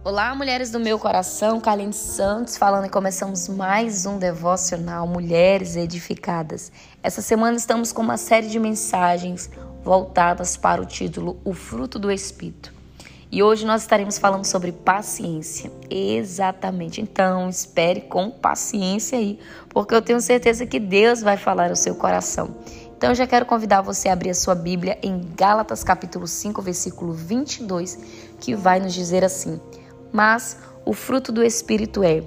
Olá, mulheres do meu coração, Kaline Santos falando e começamos mais um devocional Mulheres Edificadas. Essa semana estamos com uma série de mensagens voltadas para o título O Fruto do Espírito. E hoje nós estaremos falando sobre paciência. Exatamente. Então, espere com paciência aí, porque eu tenho certeza que Deus vai falar ao seu coração. Então, eu já quero convidar você a abrir a sua Bíblia em Gálatas capítulo 5, versículo 22, que vai nos dizer assim: mas o fruto do Espírito é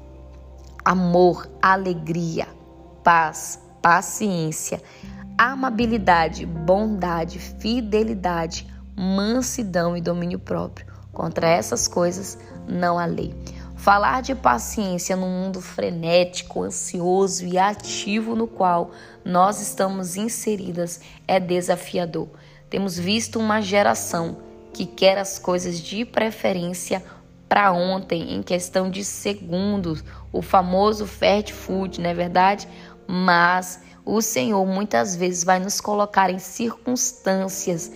amor, alegria, paz, paciência, amabilidade, bondade, fidelidade, mansidão e domínio próprio. Contra essas coisas não há lei. Falar de paciência num mundo frenético, ansioso e ativo no qual nós estamos inseridas é desafiador. Temos visto uma geração que quer as coisas de preferência para ontem, em questão de segundos, o famoso fast food, não é verdade? Mas o Senhor muitas vezes vai nos colocar em circunstâncias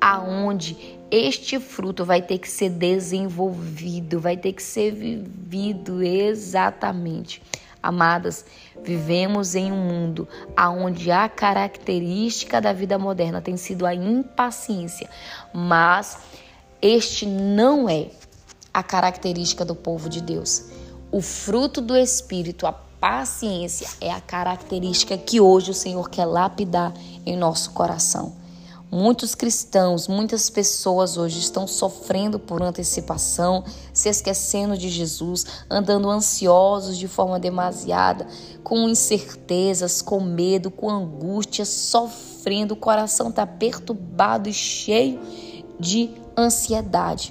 aonde este fruto vai ter que ser desenvolvido, vai ter que ser vivido exatamente. Amadas, vivemos em um mundo onde a característica da vida moderna tem sido a impaciência, mas este não é a característica do povo de Deus. O fruto do Espírito, a paciência, é a característica que hoje o Senhor quer lapidar em nosso coração. Muitos cristãos, muitas pessoas hoje estão sofrendo por antecipação, se esquecendo de Jesus, andando ansiosos de forma demasiada, com incertezas, com medo, com angústia, sofrendo, o coração está perturbado e cheio de ansiedade.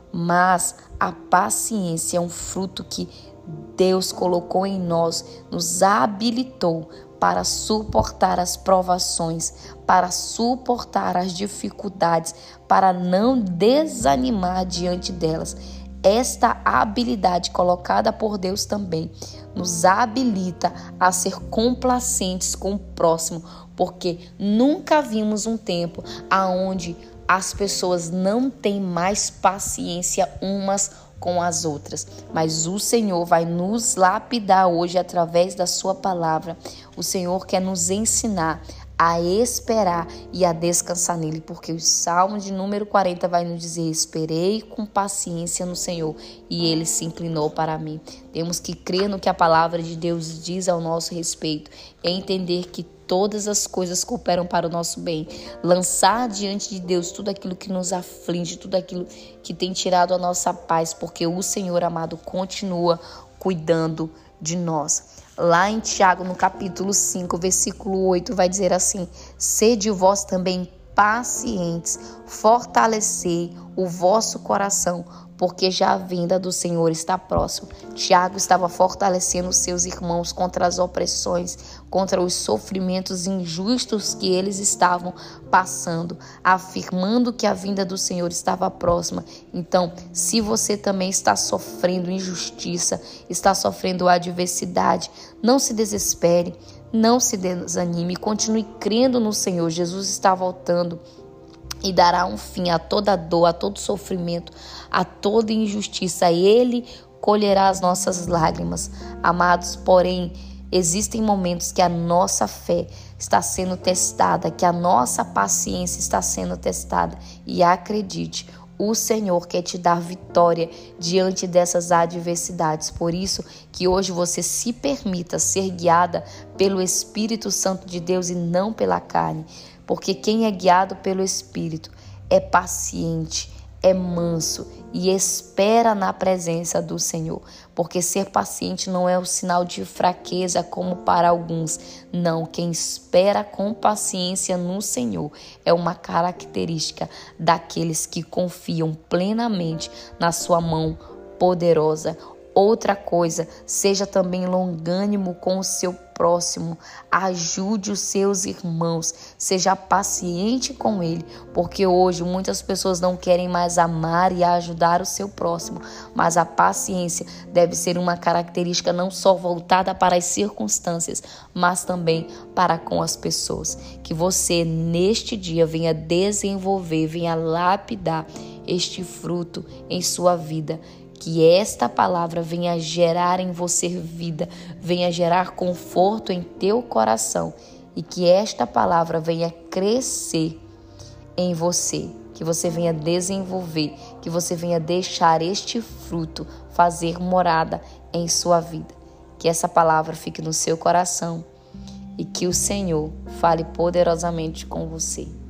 Mas a paciência é um fruto que Deus colocou em nós, nos habilitou para suportar as provações, para suportar as dificuldades, para não desanimar diante delas. Esta habilidade colocada por Deus também nos habilita a ser complacentes com o próximo, porque nunca vimos um tempo onde as pessoas não têm mais paciência umas com as outras. Mas o Senhor vai nos lapidar hoje através da sua palavra. O Senhor quer nos ensinar a esperar e a descansar nele, porque o Salmo de número 40 vai nos dizer: esperei com paciência no Senhor e ele se inclinou para mim. Temos que crer no que a palavra de Deus diz ao nosso respeito e entender que todas as coisas cooperam para o nosso bem. Lançar diante de Deus tudo aquilo que nos aflige, tudo aquilo que tem tirado a nossa paz, porque o Senhor amado continua cuidando de nós. Lá em Tiago, no capítulo 5, versículo 8, vai dizer assim: sede vós também pacientes, fortalecei o vosso coração, porque já a vinda do Senhor está próximo. Tiago estava fortalecendo seus irmãos contra as opressões, contra os sofrimentos injustos que eles estavam passando, afirmando que a vinda do Senhor estava próxima. Então, se você também está sofrendo injustiça, está sofrendo adversidade, não se desespere, não se desanime, continue crendo no Senhor. Jesus está voltando e dará um fim a toda dor, a todo sofrimento, a toda injustiça. Ele colherá as nossas lágrimas. Amados, porém, existem momentos que a nossa fé está sendo testada, que a nossa paciência está sendo testada. E acredite, o Senhor quer te dar vitória diante dessas adversidades. Por isso que hoje você se permita ser guiada pelo Espírito Santo de Deus e não pela carne. Porque quem é guiado pelo Espírito é paciente, é manso e espera na presença do Senhor. Porque ser paciente não é um sinal de fraqueza como para alguns. Não, quem espera com paciência no Senhor é uma característica daqueles que confiam plenamente na sua mão poderosa. Outra coisa, seja também longânimo com o seu próximo, ajude os seus irmãos, seja paciente com ele, porque hoje muitas pessoas não querem mais amar e ajudar o seu próximo, mas a paciência deve ser uma característica não só voltada para as circunstâncias, mas também para com as pessoas. Que você neste dia venha desenvolver, venha lapidar este fruto em sua vida. Que esta palavra venha gerar em você vida, venha gerar conforto em teu coração e que esta palavra venha crescer em você, que você venha desenvolver, que você venha deixar este fruto fazer morada em sua vida. Que essa palavra fique no seu coração e que o Senhor fale poderosamente com você.